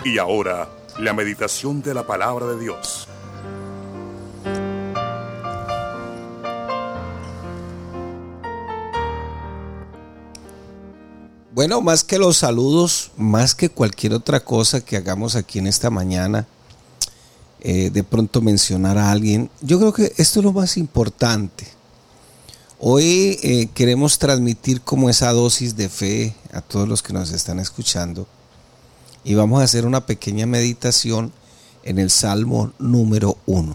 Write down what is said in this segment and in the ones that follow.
Y ahora, la meditación de la palabra de Dios. Bueno, más que los saludos, más que cualquier otra cosa que hagamos aquí en esta mañana, de pronto mencionar a alguien, yo creo que esto es lo más importante. Hoy queremos transmitir como esa dosis de fe a todos los que nos están escuchando y vamos a hacer una pequeña meditación en el Salmo número 1.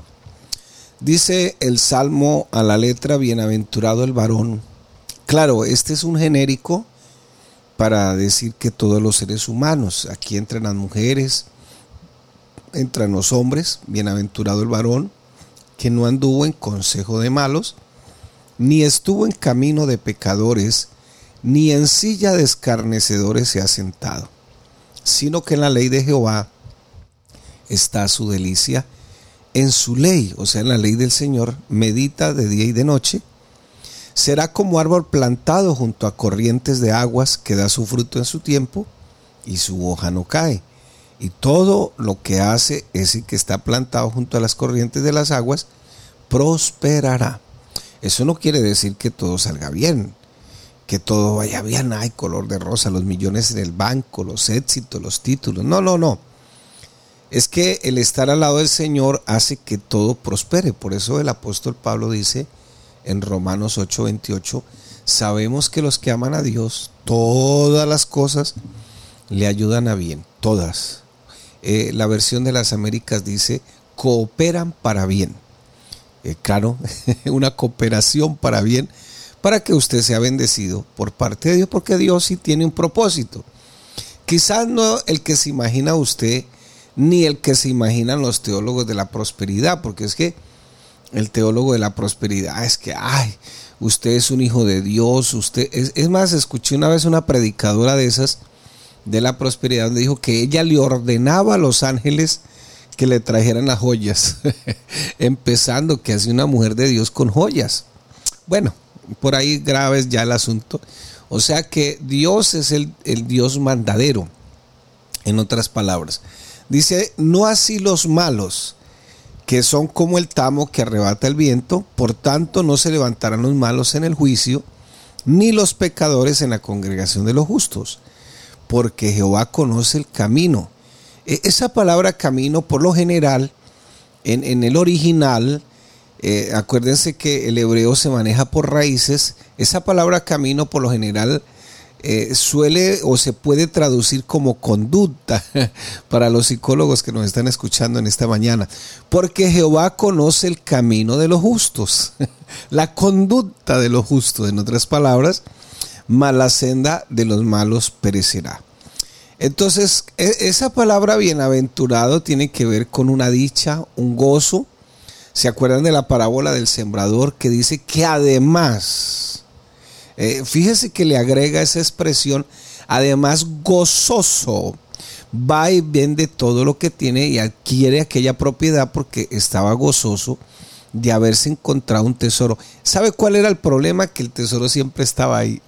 Dice el Salmo a la letra: bienaventurado el varón. Claro, este es un genérico para decir que todos los seres humanos, aquí entran las mujeres, entran los hombres, bienaventurado el varón, que no anduvo en consejo de malos, ni estuvo en camino de pecadores, ni en silla de escarnecedores se ha sentado, sino que en la ley de Jehová está su delicia, en su ley, o sea, en la ley del Señor, medita de día y de noche. Será como árbol plantado junto a corrientes de aguas, que da su fruto en su tiempo, y su hoja no cae. Y todo lo que hace ese que está plantado junto a las corrientes de las aguas, prosperará. Eso no quiere decir que todo salga bien, que todo vaya bien, ay, color de rosa, los millones en el banco, los éxitos, los títulos. No. Es que el estar al lado del Señor hace que todo prospere. Por eso el apóstol Pablo dice en Romanos 8:28, sabemos que los que aman a Dios, todas las cosas le ayudan a bien, todas. La versión de las Américas dice, cooperan para bien. Claro, una cooperación para bien, para que usted sea bendecido por parte de Dios, porque Dios sí tiene un propósito. Quizás no el que se imagina usted, ni el que se imaginan los teólogos de la prosperidad, porque es que el teólogo de la prosperidad es que, usted es un hijo de Dios, usted es más, escuché una vez una predicadora de esas, de la prosperidad, donde dijo que ella le ordenaba a los ángeles que le trajeran las joyas, empezando que hace una mujer de Dios con joyas. Bueno, por ahí grave es ya el asunto. O sea que Dios es el Dios mandadero, en otras palabras. Dice, no así los malos, que son como el tamo que arrebata el viento, por tanto no se levantarán los malos en el juicio, ni los pecadores en la congregación de los justos, porque Jehová conoce el camino. Esa palabra camino, por lo general, en el original, acuérdense que el hebreo se maneja por raíces. Esa palabra camino, por lo general, suele o se puede traducir como conducta para los psicólogos que nos están escuchando en esta mañana, porque Jehová conoce el camino de los justos, la conducta de los justos, en otras palabras, mas la senda de los malos perecerá. Entonces, esa palabra bienaventurado tiene que ver con una dicha, un gozo. ¿Se acuerdan de la parábola del sembrador que dice que además, fíjese que le agrega esa expresión, además gozoso, va y vende todo lo que tiene y adquiere aquella propiedad porque estaba gozoso de haberse encontrado un tesoro? ¿Sabe cuál era el problema? Que el tesoro siempre estaba ahí.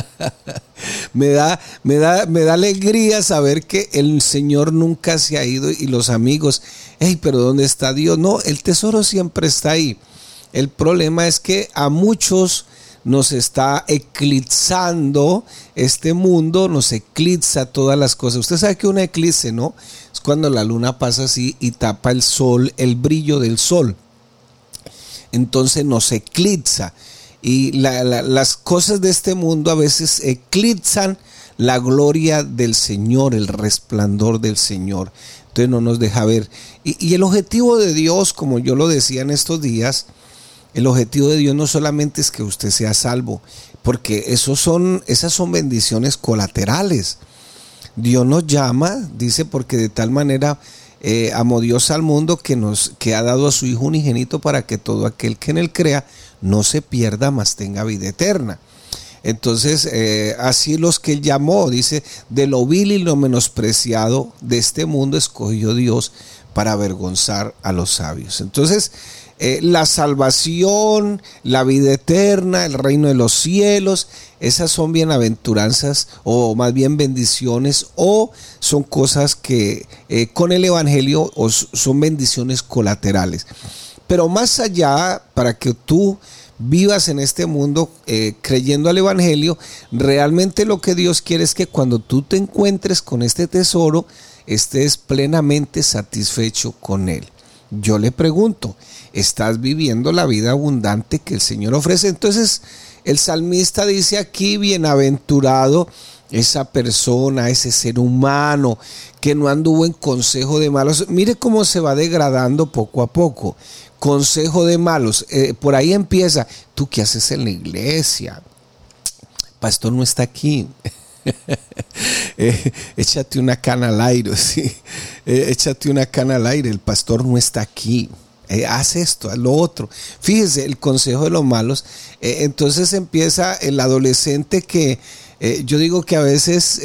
Me da alegría saber que el Señor nunca se ha ido y los amigos, pero ¿dónde está Dios? No, el tesoro siempre está ahí. El problema es que a muchos nos está eclipsando este mundo, nos eclipsa todas las cosas. Usted sabe que un eclipse, ¿no? Es cuando la luna pasa así y tapa el sol, el brillo del sol. Entonces nos eclipsa. Y las cosas de este mundo a veces eclipsan la gloria del Señor, el resplandor del Señor. Entonces no nos deja ver. Y el objetivo de Dios, como yo lo decía en estos días, el objetivo de Dios no solamente es que usted sea salvo, porque esas son bendiciones colaterales. Dios nos llama, dice, porque de tal manera amó Dios al mundo que ha dado a su Hijo unigénito para que todo aquel que en él crea no se pierda, mas tenga vida eterna. Entonces, así los que él llamó, dice, de lo vil y lo menospreciado de este mundo escogió Dios para avergonzar a los sabios. Entonces, la salvación, la vida eterna, el reino de los cielos, esas son bienaventuranzas o más bien bendiciones, o son cosas que con el evangelio son bendiciones colaterales. Pero más allá, para que tú vivas en este mundo creyendo al evangelio, realmente lo que Dios quiere es que cuando tú te encuentres con este tesoro, estés plenamente satisfecho con él. Yo le pregunto, ¿estás viviendo la vida abundante que el Señor ofrece? Entonces el salmista dice aquí: bienaventurado esa persona, ese ser humano que no anduvo en consejo de malos. Mire cómo se va degradando poco a poco. Consejo de malos, por ahí empieza. ¿Tú qué haces en la iglesia? Pastor no está aquí. Échate una cana al aire, ¿sí? Échate una cana al aire, el pastor no está aquí. Haz esto, haz lo otro. Fíjese, el consejo de los malos. Entonces empieza el adolescente que yo digo que a veces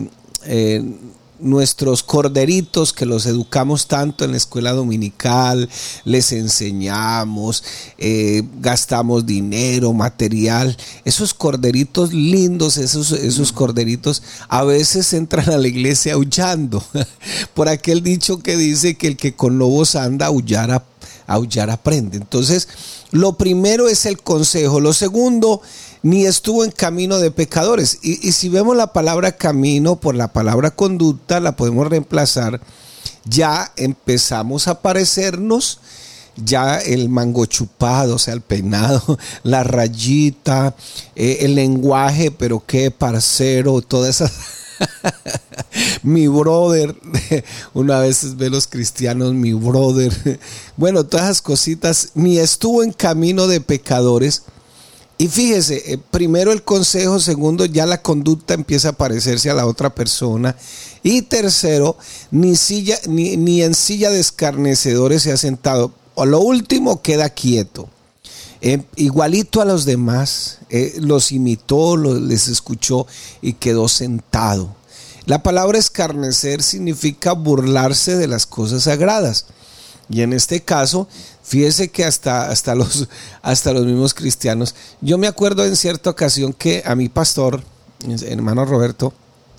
nuestros corderitos, que los educamos tanto en la escuela dominical, les enseñamos, gastamos dinero, material, esos corderitos lindos, esos corderitos a veces entran a la iglesia aullando, por aquel dicho que dice que el que con lobos anda, aullar aprende. Entonces, lo primero es el consejo. Lo segundo, ni estuvo en camino de pecadores. Y si vemos la palabra camino por la palabra conducta, la podemos reemplazar. Ya empezamos a parecernos, ya el mango chupado, o sea, el peinado, la rayita, el lenguaje, pero qué parcero, todas esas... mi brother, una vez ve los cristianos, mi brother, bueno, todas esas cositas. Ni estuvo en camino de pecadores. Y fíjese, primero el consejo, segundo ya la conducta empieza a parecerse a la otra persona, y tercero, ni en silla de escarnecedores se ha sentado. O lo último, queda quieto. Igualito a los demás, los imitó, les escuchó y quedó sentado. La palabra escarnecer significa burlarse de las cosas sagradas. Y en este caso, fíjese que hasta los mismos cristianos. Yo me acuerdo en cierta ocasión que a mi pastor, hermano Roberto,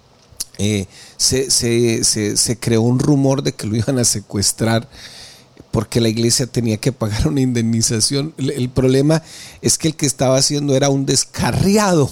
se creó un rumor de que lo iban a secuestrar porque la iglesia tenía que pagar una indemnización. El problema es que el que estaba haciendo era un descarriado.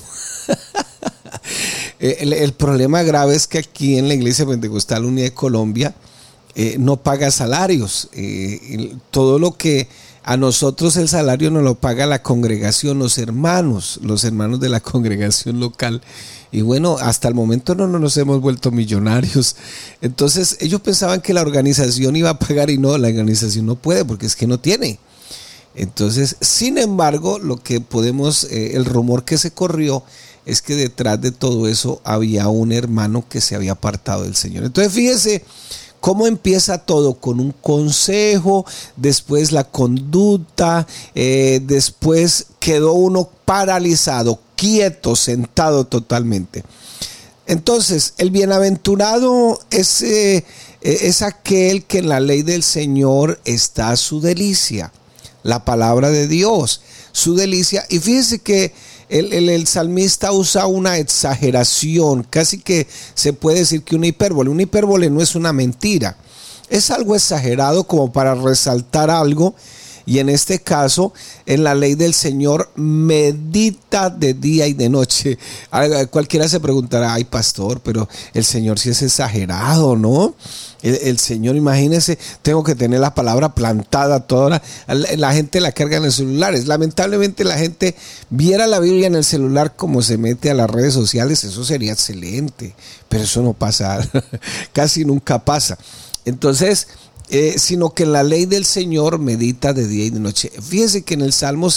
El problema grave es que aquí en la Iglesia Pentecostal Unida de Colombia no paga salarios. Todo lo que a nosotros el salario nos lo paga la congregación, los hermanos de la congregación local. Y bueno, hasta el momento no nos hemos vuelto millonarios. Entonces ellos pensaban que la organización iba a pagar, y no, la organización no puede porque es que no tiene. Entonces, sin embargo, lo que el rumor que se corrió es que detrás de todo eso había un hermano que se había apartado del Señor. Entonces fíjese cómo empieza todo, con un consejo, después la conducta, después quedó uno paralizado, quieto, sentado totalmente. Entonces, el bienaventurado es aquel que en la ley del Señor está su delicia, la palabra de Dios, su delicia. Y fíjese que el salmista usa una exageración, casi que se puede decir que una hipérbole. Una hipérbole no es una mentira, es algo exagerado como para resaltar algo. Y en este caso, en la ley del Señor medita de día y de noche. Cualquiera se preguntará: ay, pastor, pero el Señor sí es exagerado, ¿no? El Señor, imagínese, tengo que tener la palabra plantada toda hora. La gente la carga en los celulares. Lamentablemente la gente viera la Biblia en el celular como se mete a las redes sociales. Eso sería excelente, pero eso no pasa, casi nunca pasa. Entonces, sino que en la ley del Señor medita de día y de noche. Fíjese que en el Salmo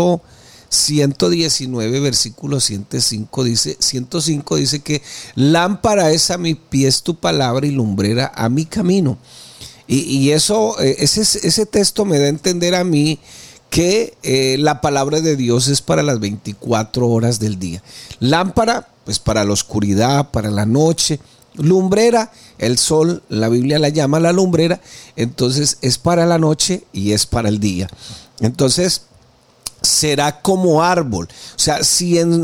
119, versículo 105 dice que lámpara es a mi pies tu palabra y lumbrera a mi camino. Y eso, ese texto me da a entender a mí que la palabra de Dios es para las 24 horas del día. Lámpara, pues para la oscuridad, para la noche, Lumbrera, el sol, la Biblia la llama la lumbrera, entonces es para la noche y es para el día. Entonces será como árbol. O sea, si en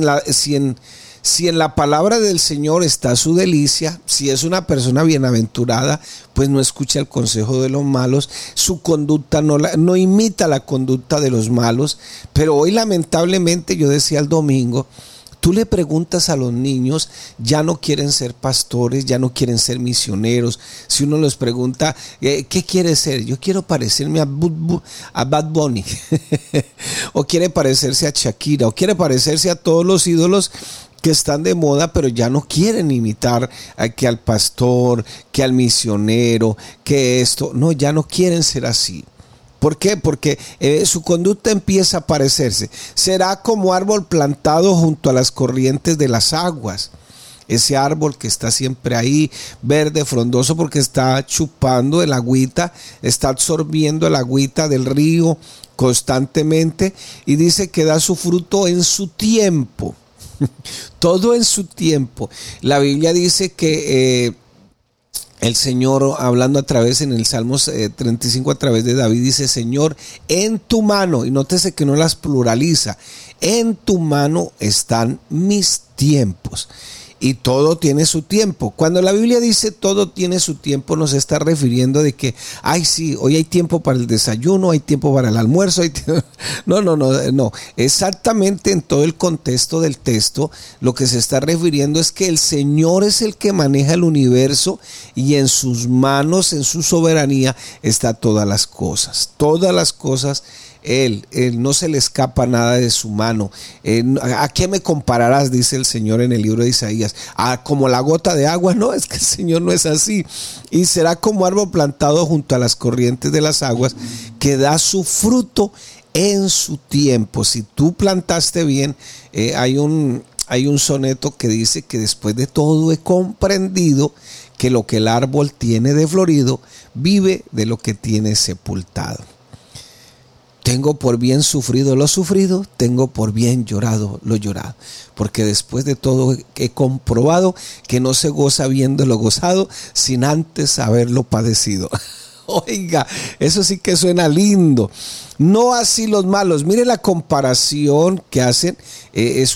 la palabra del Señor está su delicia, si es una persona bienaventurada, pues no escucha el consejo de los malos, su conducta no imita la conducta de los malos. Pero hoy, lamentablemente, yo decía el domingo, tú le preguntas a los niños, ya no quieren ser pastores, ya no quieren ser misioneros. Si uno les pregunta, ¿qué quiere ser? Yo quiero parecerme a Bad Bunny, o quiere parecerse a Shakira, o quiere parecerse a todos los ídolos que están de moda, pero ya no quieren imitar que al pastor, que al misionero, que esto. No, ya no quieren ser así. ¿Por qué? Porque su conducta empieza a parecerse. Será como árbol plantado junto a las corrientes de las aguas. Ese árbol que está siempre ahí, verde, frondoso, porque está chupando el agüita, está absorbiendo el agüita del río constantemente, y dice que da su fruto en su tiempo. Todo en su tiempo. La Biblia dice que el Señor, hablando a través en el Salmos 35 a través de David, dice: Señor, en tu mano, y nótese que no las pluraliza, en tu mano están mis tiempos. Y todo tiene su tiempo. Cuando la Biblia dice todo tiene su tiempo, nos está refiriendo de que, ay, sí, hoy hay tiempo para el desayuno, hay tiempo para el almuerzo. No. Exactamente, en todo el contexto del texto, lo que se está refiriendo es que el Señor es el que maneja el universo, y en sus manos, en su soberanía, está todas las cosas. Todas las cosas. Él no se le escapa nada de su mano. ¿A qué me compararás? Dice el Señor en el libro de Isaías. Como la gota de agua. No, es que el Señor no es así. Y será como árbol plantado junto a las corrientes de las aguas, que da su fruto en su tiempo. Si tú plantaste bien, hay un soneto que dice que después de todo he comprendido que lo que el árbol tiene de florido vive de lo que tiene sepultado. Tengo por bien sufrido lo sufrido, tengo por bien llorado lo llorado, porque después de todo he comprobado que no se goza viendo lo gozado sin antes haberlo padecido. Oiga, eso sí que suena lindo. No así los malos. Mire la comparación que hacen. Es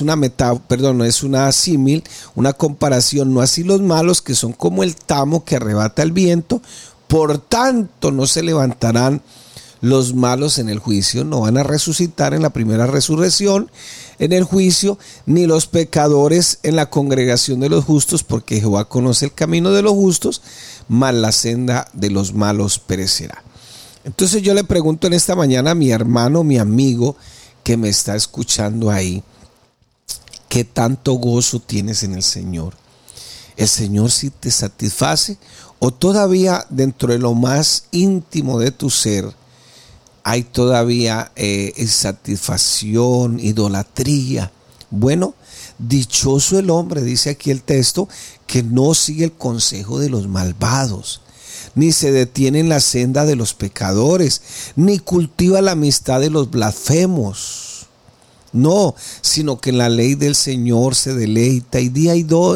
una símil, una comparación. No así los malos, que son como el tamo que arrebata el viento. Por tanto, no se levantarán los malos en el juicio, no van a resucitar en la primera resurrección, en el juicio, ni los pecadores en la congregación de los justos, porque Jehová conoce el camino de los justos, mas la senda de los malos perecerá. Entonces yo le pregunto en esta mañana a mi hermano, mi amigo que me está escuchando ahí, ¿qué tanto gozo tienes en el Señor? ¿El Señor sí te satisface? ¿O todavía dentro de lo más íntimo de tu ser hay todavía insatisfacción, idolatría? Bueno, dichoso el hombre, dice aquí el texto, que no sigue el consejo de los malvados, ni se detiene en la senda de los pecadores, ni cultiva la amistad de los blasfemos. No, sino que en la ley del Señor se deleita, y día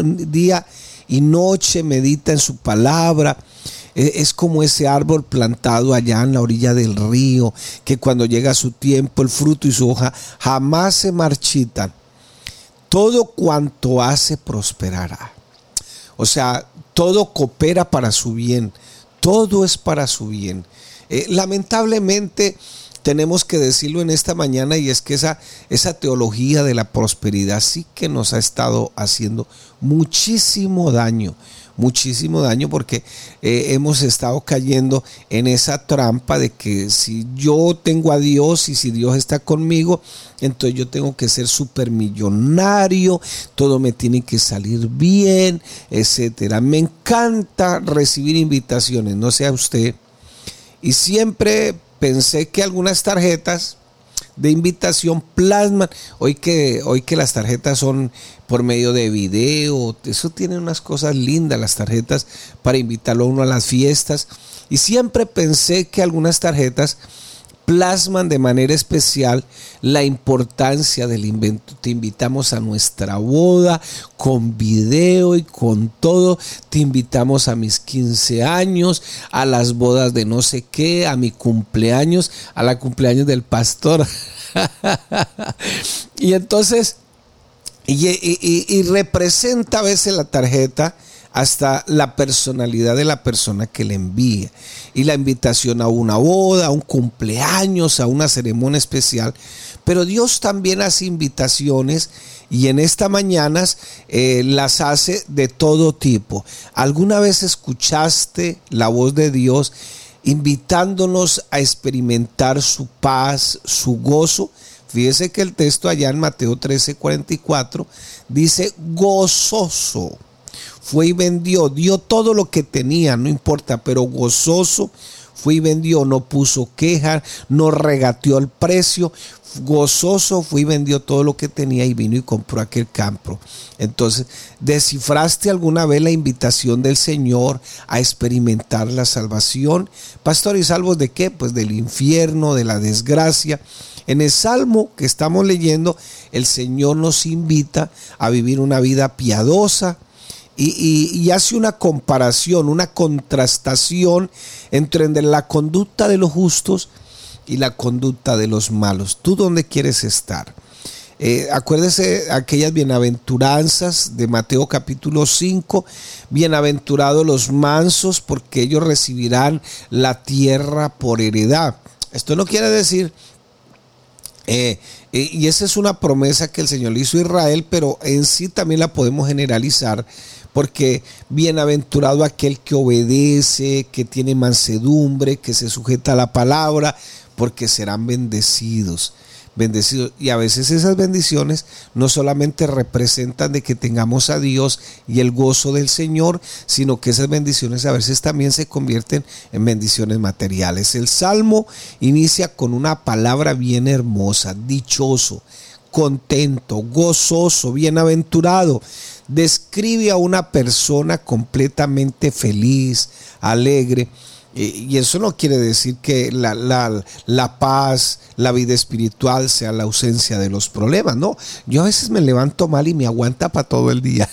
y noche medita en su palabra. Es como ese árbol plantado allá en la orilla del río, que cuando llega su tiempo, el fruto y su hoja jamás se marchitan. Todo cuanto hace prosperará. O sea, todo coopera para su bien. Todo es para su bien. Lamentablemente tenemos que decirlo en esta mañana, y es que esa teología de la prosperidad sí que nos ha estado haciendo muchísimo daño, porque hemos estado cayendo en esa trampa de que si yo tengo a Dios y si Dios está conmigo, entonces yo tengo que ser supermillonario, todo me tiene que salir bien, etcétera. Me encanta recibir invitaciones, no sé a usted, y siempre pensé que algunas tarjetas de invitación plasman, hoy que las tarjetas son por medio de video, eso tiene unas cosas lindas las tarjetas para invitarlo a uno a las fiestas, y siempre pensé que algunas tarjetas plasman de manera especial la importancia del invento. Te invitamos a nuestra boda con video y con todo. Te invitamos a mis 15 años, a las bodas de no sé qué, a mi cumpleaños, a la cumpleaños del pastor. Y entonces, y representa a veces la tarjeta hasta la personalidad de la persona que le envía, y la invitación a una boda, a un cumpleaños, a una ceremonia especial. Pero Dios también hace invitaciones, y en esta mañana las hace de todo tipo. ¿Alguna vez escuchaste la voz de Dios invitándonos a experimentar su paz, su gozo? Fíjese que el texto allá en Mateo 13:44 dice: gozoso fue y vendió, dio todo lo que tenía, no importa, pero gozoso fue y vendió, no puso queja, no regateó el precio, gozoso fue y vendió todo lo que tenía y vino y compró aquel campo. Entonces, ¿descifraste alguna vez la invitación del Señor a experimentar la salvación? Pastor, ¿y salvos de qué? Pues del infierno, de la desgracia. En el Salmo que estamos leyendo, el Señor nos invita a vivir una vida piadosa, y hace una comparación, una contrastación entre la conducta de los justos y la conducta de los malos. ¿Tú dónde quieres estar? Acuérdese aquellas bienaventuranzas de Mateo capítulo 5. Bienaventurados los mansos, porque ellos recibirán la tierra por heredad. Esto no quiere decir... y esa es una promesa que el Señor le hizo a Israel, pero en sí también la podemos generalizar, porque bienaventurado aquel que obedece, que tiene mansedumbre, que se sujeta a la palabra, porque serán bendecidos. Y a veces esas bendiciones no solamente representan de que tengamos a Dios y el gozo del Señor, sino que esas bendiciones a veces también se convierten en bendiciones materiales. El Salmo inicia con una palabra bien hermosa: dichoso, contento, gozoso, bienaventurado. Describe a una persona completamente feliz, alegre. Y eso no quiere decir que la paz, la vida espiritual sea la ausencia de los problemas. No, yo a veces me levanto mal y me aguanta para todo el día.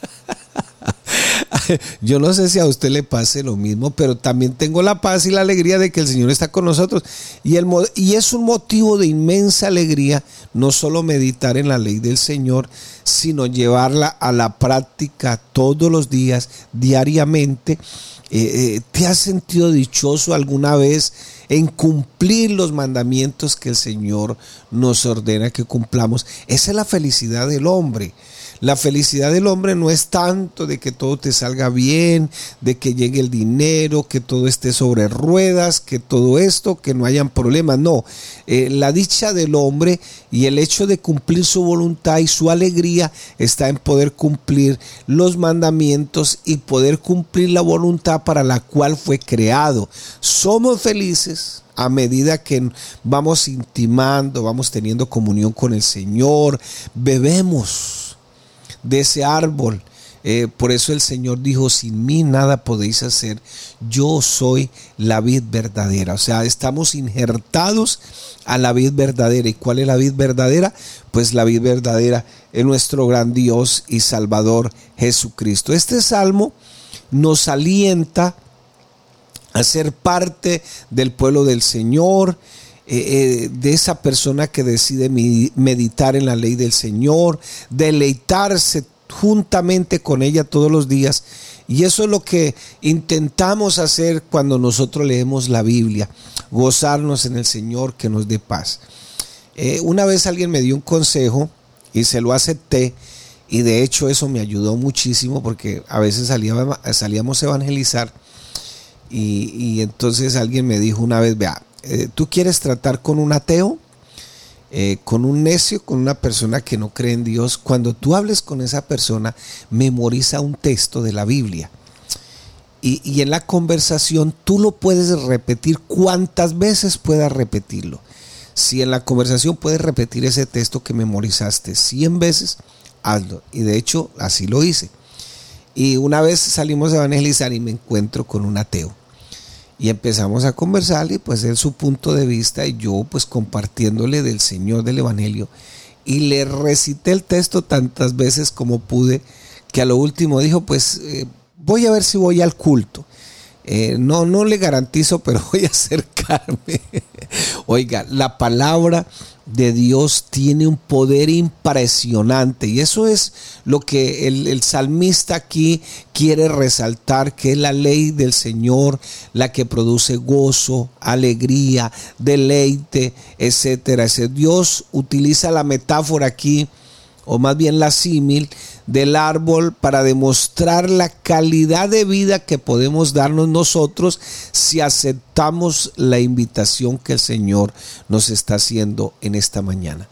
Yo no sé si a usted le pase lo mismo, pero también tengo la paz y la alegría de que el Señor está con nosotros. Y es un motivo de inmensa alegría no solo meditar en la ley del Señor, sino llevarla a la práctica todos los días, diariamente. ¿Te has sentido dichoso alguna vez en cumplir los mandamientos que el Señor nos ordena que cumplamos? Esa es la felicidad del hombre. La felicidad del hombre no es tanto de que todo te salga bien, de que llegue el dinero, que todo esté sobre ruedas, que todo esto, que no hayan problemas. No, la dicha del hombre y el hecho de cumplir su voluntad y su alegría está en poder cumplir los mandamientos y poder cumplir la voluntad para la cual fue creado. Somos felices a medida que vamos intimando, vamos teniendo comunión con el Señor, bebemos de ese árbol. Por eso el Señor dijo: sin mí nada podéis hacer, yo soy la vid verdadera. O sea, estamos injertados a la vid verdadera. ¿Y cuál es la vid verdadera? Pues la vid verdadera es nuestro gran Dios y Salvador Jesucristo. Este salmo nos alienta a ser parte del pueblo del Señor, de esa persona que decide meditar en la ley del Señor, deleitarse juntamente con ella todos los días. Y eso es lo que intentamos hacer cuando nosotros leemos la Biblia: gozarnos en el Señor, que nos dé paz. Una vez alguien me dio un consejo y se lo acepté, y de hecho eso me ayudó muchísimo, porque a veces salíamos a evangelizar y entonces alguien me dijo una vez: vea, ¿tú quieres tratar con un ateo, con un necio, con una persona que no cree en Dios? Cuando tú hables con esa persona, memoriza un texto de la Biblia, y en la conversación tú lo puedes repetir cuantas veces puedas repetirlo. Si en la conversación puedes repetir ese texto que memorizaste 100 veces, hazlo. Y de hecho así lo hice. Y una vez salimos a evangelizar y me encuentro con un ateo. Y empezamos a conversar y pues él su punto de vista y yo pues compartiéndole del Señor, del Evangelio. Y le recité el texto tantas veces como pude, que a lo último dijo pues voy a ver si voy al culto. No le garantizo, pero voy a acercarme. Oiga, la palabra de Dios tiene un poder impresionante y eso es lo que el salmista aquí quiere resaltar, que es la ley del Señor, la que produce gozo, alegría, deleite, etcétera. Dios utiliza la metáfora aquí, o más bien la símil del árbol, para demostrar la calidad de vida que podemos darnos nosotros si aceptamos la invitación que el Señor nos está haciendo en esta mañana.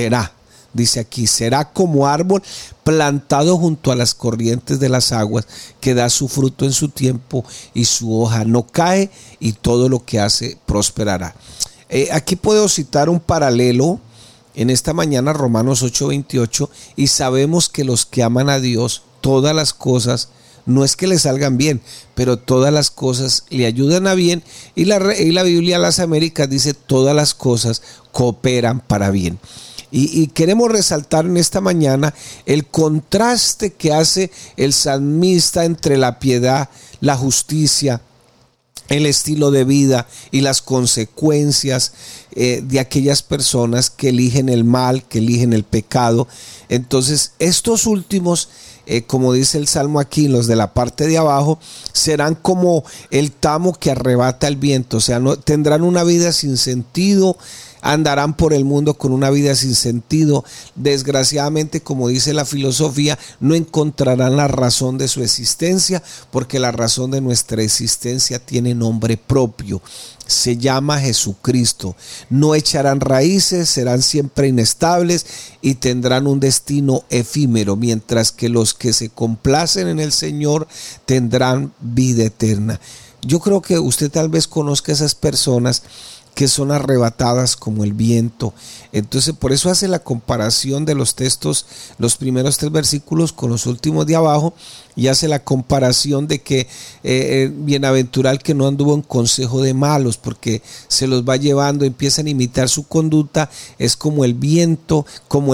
Dice aquí, será como árbol plantado junto a las corrientes de las aguas, que da su fruto en su tiempo y su hoja no cae, y todo lo que hace prosperará. Aquí puedo citar un paralelo en esta mañana, Romanos 8:28, y sabemos que los que aman a Dios, todas las cosas, no es que le salgan bien, pero todas las cosas le ayudan a bien, y la Biblia de las Américas dice todas las cosas cooperan para bien. Y queremos resaltar en esta mañana el contraste que hace el salmista entre la piedad, la justicia, el estilo de vida y las consecuencias de aquellas personas que eligen el mal, que eligen el pecado. Entonces estos últimos, como dice el Salmo aquí, los de la parte de abajo, serán como el tamo que arrebata el viento. O sea, no tendrán una vida sin sentido, andarán por el mundo con una vida sin sentido. Desgraciadamente, como dice la filosofía, no encontrarán la razón de su existencia, porque la razón de nuestra existencia tiene nombre propio. Se llama Jesucristo. No echarán raíces, serán siempre inestables y tendrán un destino efímero, mientras que los que se complacen en el Señor tendrán vida eterna. Yo creo que usted tal vez conozca a esas personas que son arrebatadas como el viento. Entonces por eso hace la comparación de los textos, los primeros 3 versículos con los últimos de abajo, y hace la comparación de que bienaventurado el que no anduvo en consejo de malos, porque se los va llevando, empiezan a imitar su conducta. Es como el viento, como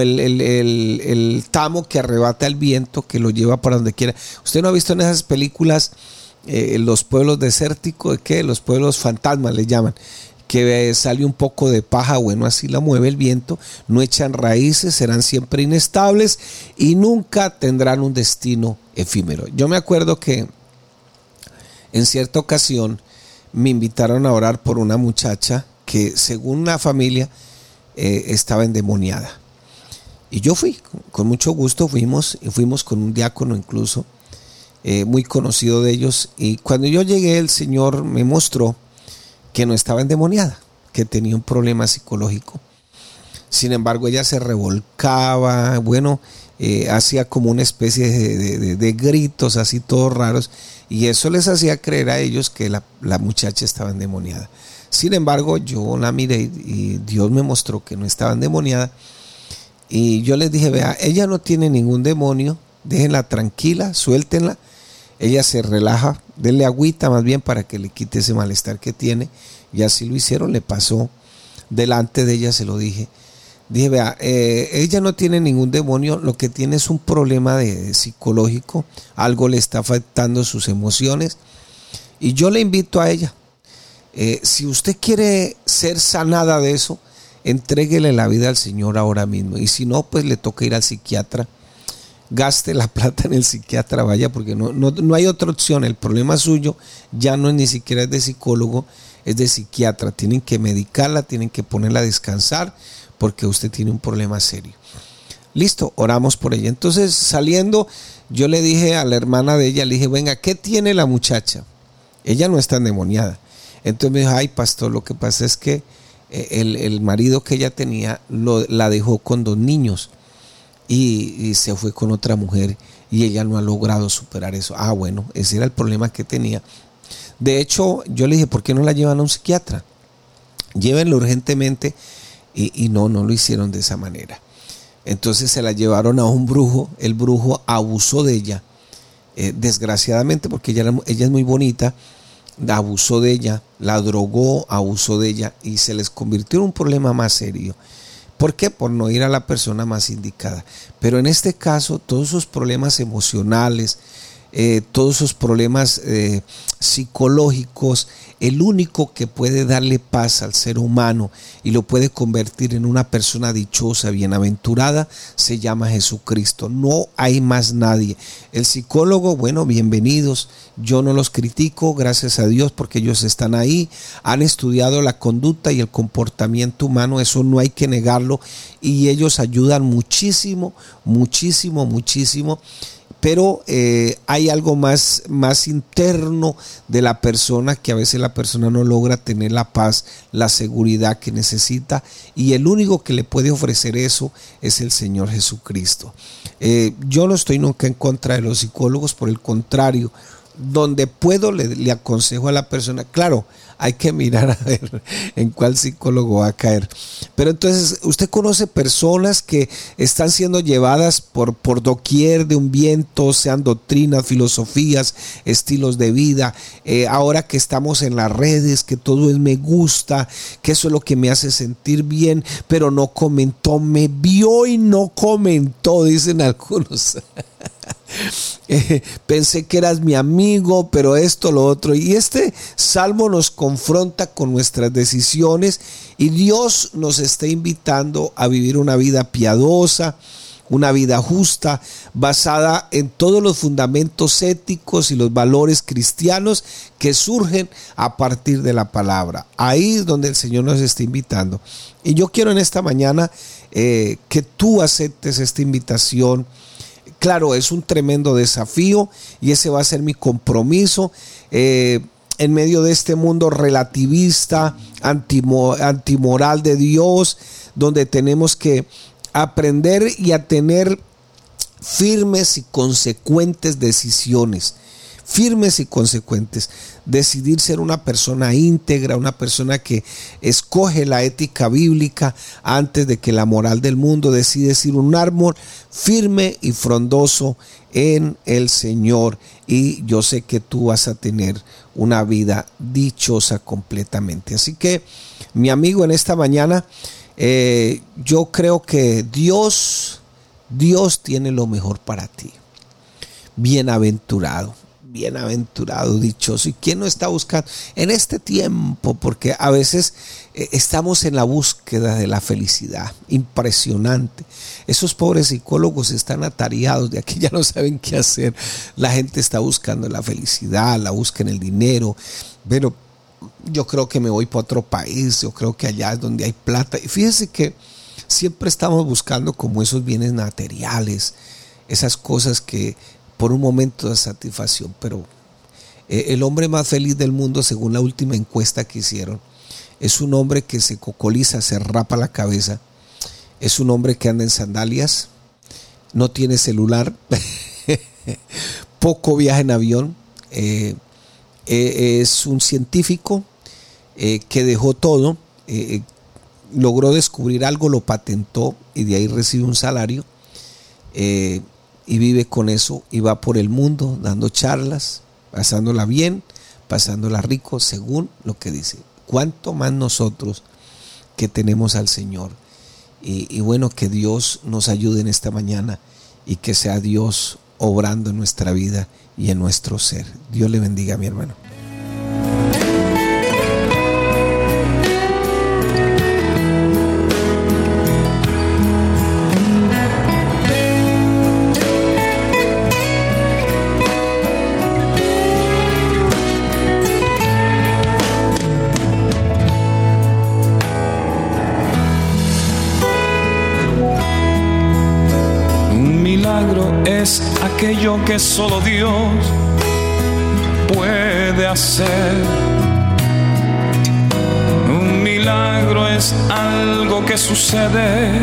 el tamo que arrebata el viento, que lo lleva para donde quiera. Usted no ha visto en esas películas los pueblos desérticos, los pueblos fantasmas le llaman, que sale un poco de paja, bueno, así la mueve el viento, no echan raíces, serán siempre inestables y nunca tendrán un destino efímero. Yo me acuerdo que en cierta ocasión me invitaron a orar por una muchacha que, según la familia, estaba endemoniada. Y yo fui, con mucho gusto fuimos con un diácono incluso, muy conocido de ellos, y cuando yo llegué el Señor me mostró que no estaba endemoniada, que tenía un problema psicológico. Sin embargo, ella se revolcaba, hacía como una especie de gritos así todos raros, y eso les hacía creer a ellos que la muchacha estaba endemoniada. Sin embargo, yo la miré y Dios me mostró que no estaba endemoniada, y yo les dije, vea, ella no tiene ningún demonio, déjenla tranquila, suéltenla. Ella se relaja, denle agüita más bien para que le quite ese malestar que tiene. Y así lo hicieron, le pasó delante de ella, se lo dije. Dije, vea, ella no tiene ningún demonio, lo que tiene es un problema psicológico, algo le está afectando sus emociones. Y yo le invito a ella, si usted quiere ser sanada de eso, entréguele la vida al Señor ahora mismo. Y si no, pues le toca ir al psiquiatra. Gaste la plata en el psiquiatra, vaya, porque no hay otra opción. El problema suyo ya no es ni siquiera de psicólogo, es de psiquiatra. Tienen que medicarla, tienen que ponerla a descansar, porque usted tiene un problema serio. Listo, oramos por ella. Entonces, saliendo, yo le dije a la hermana de ella, le dije, venga, ¿qué tiene la muchacha? Ella no está endemoniada. Entonces me dijo, ay, pastor, lo que pasa es que el marido que ella tenía la dejó con 2 niños. Y se fue con otra mujer y ella no ha logrado superar eso. Bueno, ese era el problema que tenía. De hecho, yo le dije, ¿por qué no la llevan a un psiquiatra? Llévenlo urgentemente. Y no lo hicieron de esa manera. Entonces se la llevaron a un brujo. El brujo abusó de ella, desgraciadamente, porque ella es muy bonita. Abusó de ella, la drogó, abusó de ella y se les convirtió en un problema más serio. ¿Por qué? Por no ir a la persona más indicada. Pero en este caso, todos esos problemas emocionales, todos esos problemas psicológicos, el único que puede darle paz al ser humano y lo puede convertir en una persona dichosa, bienaventurada, se llama Jesucristo. No hay más nadie. El psicólogo, bueno, bienvenidos. Yo no los critico, gracias a Dios, porque ellos están ahí, han estudiado la conducta y el comportamiento humano, eso no hay que negarlo, y ellos ayudan muchísimo, muchísimo, muchísimo. Pero hay algo más interno de la persona, que a veces la persona no logra tener la paz, la seguridad que necesita, y el único que le puede ofrecer eso es el Señor Jesucristo. Yo no estoy nunca en contra de los psicólogos, por el contrario, donde puedo le aconsejo a la persona. Claro, hay que mirar a ver en cuál psicólogo va a caer. Pero entonces usted conoce personas que están siendo llevadas por doquier de un viento, sean doctrinas, filosofías, estilos de vida. Ahora que estamos en las redes, que todo es me gusta, que eso es lo que me hace sentir bien, pero no comentó, me vio y no comentó, dicen algunos. Pensé que eras mi amigo, pero esto, lo otro. Y este salmo nos confronta con nuestras decisiones, y Dios nos está invitando a vivir una vida piadosa, una vida justa, basada en todos los fundamentos éticos y los valores cristianos que surgen a partir de la palabra. Ahí es donde el Señor nos está invitando. Y yo quiero en esta mañana que tú aceptes esta invitación. Claro, es un tremendo desafío y ese va a ser mi compromiso en medio de este mundo relativista, antimoral de Dios, donde tenemos que aprender y a tener firmes y consecuentes decisiones. Firmes y consecuentes, decidir ser una persona íntegra, una persona que escoge la ética bíblica antes de que la moral del mundo, decide ser un árbol firme y frondoso en el Señor, y yo sé que tú vas a tener una vida dichosa completamente. Así que, mi amigo, en esta mañana yo creo que Dios tiene lo mejor para ti. Bienaventurado, dichoso. ¿Y quién no está buscando en este tiempo? Porque a veces estamos en la búsqueda de la felicidad. Impresionante. Esos pobres psicólogos están atareados, de aquí ya no saben qué hacer. La gente está buscando la felicidad, la busca en el dinero. Pero yo creo que me voy para otro país, yo creo que allá es donde hay plata. Y fíjese que siempre estamos buscando como esos bienes materiales, esas cosas que por un momento de satisfacción, pero el hombre más feliz del mundo, según la última encuesta que hicieron, es un hombre que se cocoliza, se rapa la cabeza, es un hombre que anda en sandalias, no tiene celular, poco viaja en avión, es un científico que dejó todo, logró descubrir algo, lo patentó y de ahí recibe un salario, y vive con eso y va por el mundo dando charlas, pasándola bien, pasándola rico, según lo que dice. ¿Cuánto más nosotros que tenemos al Señor? Y bueno, que Dios nos ayude en esta mañana y que sea Dios obrando en nuestra vida y en nuestro ser. Dios le bendiga, mi hermano. Es aquello que solo Dios puede hacer. Un milagro es algo que sucede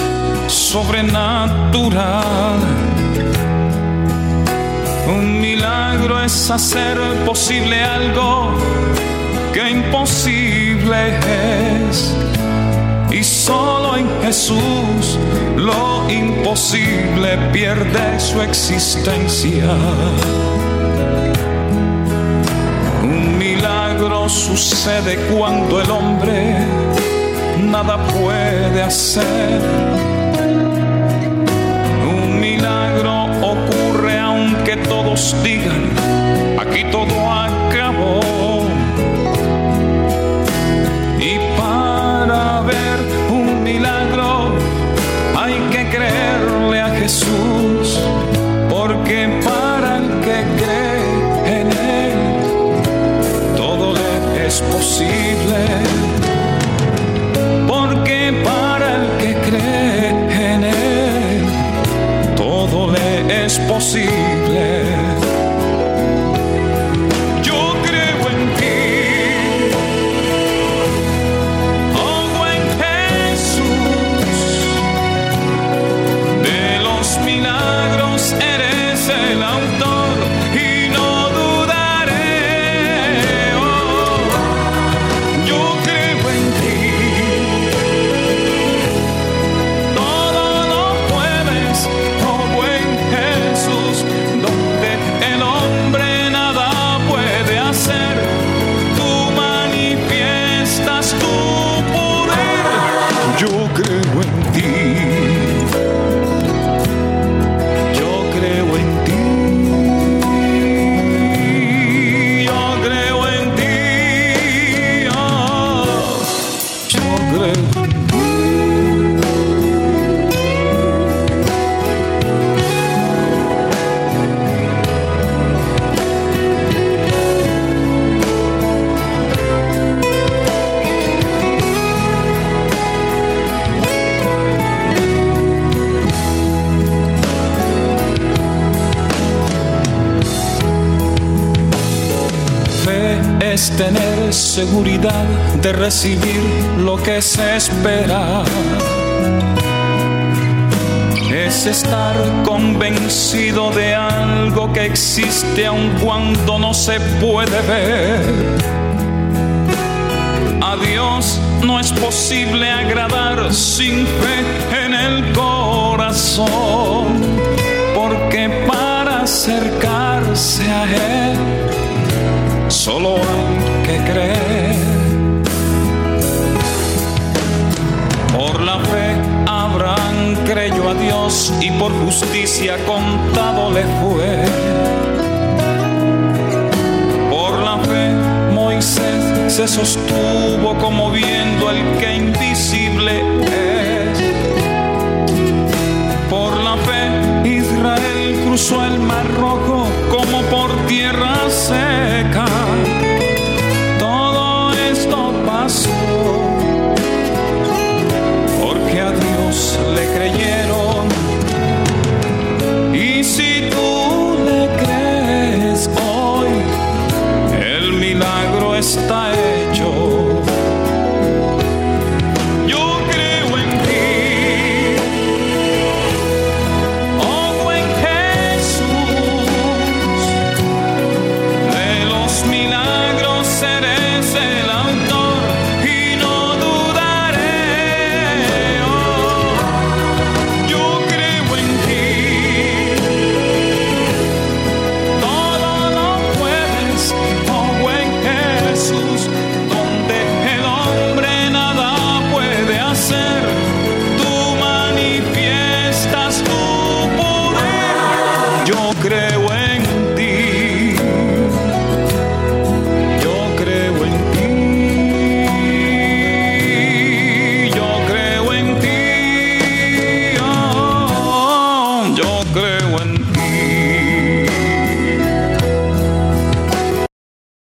sobrenatural. Un milagro es hacer posible algo que imposible es. Y solo en Jesús lo imposible pierde su existencia. Un milagro sucede cuando el hombre nada puede hacer. Un milagro ocurre aunque todos digan, aquí todo acabó. Y para ver un milagro hay que creerle a Jesús, porque para el que cree en Él todo le es posible. Porque para el que cree en Él todo le es posible. Yo creo en ti, oh buen Jesús, de los milagros eres el autor y no dudaré. Oh, yo creo en ti, todo lo puedes, oh buen Jesús, donde el hombre nada puede hacer, tú manifiestas tu poder. Yo creo en ti, yo creo en ti, yo creo en ti, oh, yo creo en ti. Fe es tener seguridad de recibir lo que se espera. Es estar convencido de algo que existe aun cuando no se puede ver. A Dios no es posible agradar sin fe en el corazón, porque para acercarse a Él solo hay que creer. Por la fe Abraham creyó a Dios y por justicia contado le fue. Por la fe Moisés se sostuvo como viendo al que invisible es. Por la fe Israel cruzó el mar rojo